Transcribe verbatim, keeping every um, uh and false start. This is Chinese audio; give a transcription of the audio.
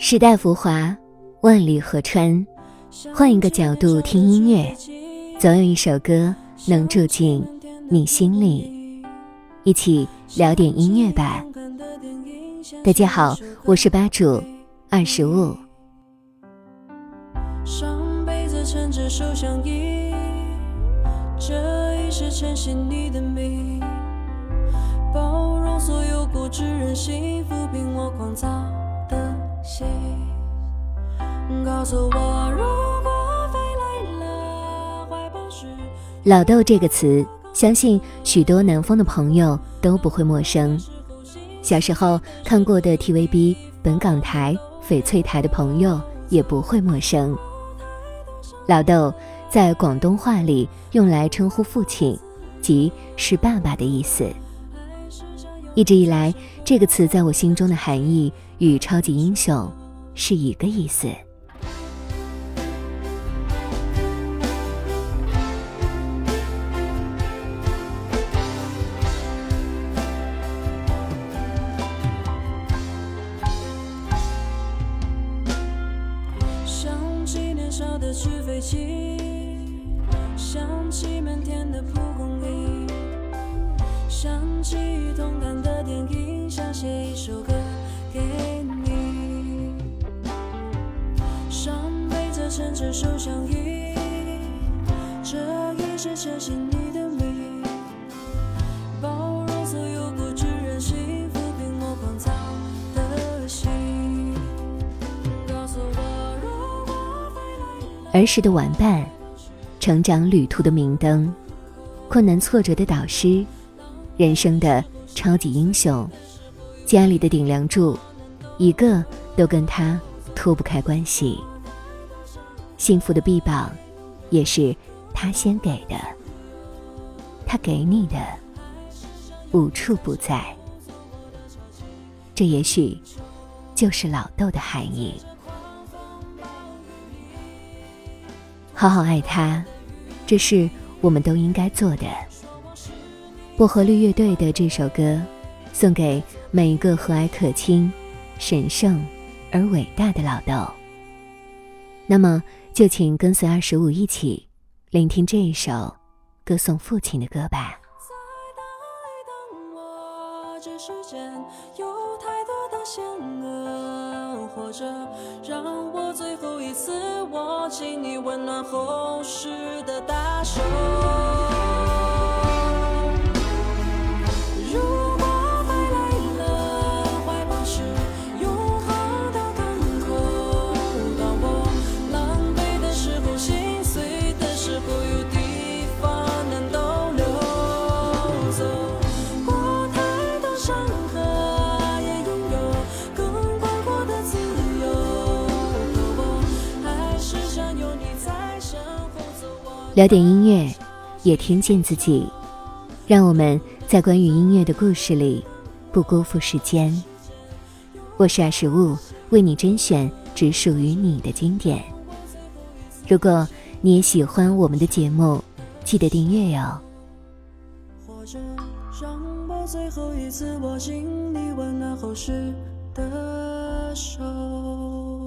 时代浮华，万里河川，换一个角度听音乐，总有一首歌能住进你心里。一起聊点音乐吧。大家好，我是吧主二十五。 上辈子撑着手相依，这一世承袭你的名，包容所有固执任性，抚平我狂躁的心。告诉我，如果飞来了怀抱时， 老豆这个词，相信许多南方的朋友都不会陌生。小时候看过的 T V B、本港台、翡翠台的朋友也不会陌生。老豆在广东话里用来称呼父亲，即是爸爸的意思。一直以来，这个词在我心中的含义与超级英雄是一个意思。 想起年少的纸飞机，想起满天的蒲公英，想起同感的电影，想写一首歌给你。上辈子牵着手相依，这一世承袭你的名，包容所有固执任性，抚平我狂躁的心。告诉我，如果飞来了儿时的玩伴，成长旅途的明灯，困难挫折的导师，人生的超级英雄，家里的顶梁柱，一个都跟他脱不开关系。幸福的臂膀也是他先给的，他给你的无处不在。这也许就是老豆的含义。好好爱他，这是我们都应该做的。薄荷绿乐队的这首歌，送给每一个和蔼可亲、神圣而伟大的老豆。那么就请跟随二十五一起聆听这一首歌颂父亲的歌吧。 在等我，这世间有太多的险恶，或者让我最后一次握紧你温暖厚实的大手。如果飞来了怀抱是永恒的港口，当我狼狈的时候，心碎的时候，有地方能逗留。走过太多山河，也拥有更广阔的自由，可我还是想有你在身后走我。 聊点音乐，也听见自己，让我们在关于音乐的故事里不辜负时间。我是二十五，为你甄选只属于你的经典。如果你也喜欢我们的节目，记得订阅哟。 或者让我最后一次握紧你温暖厚实的手。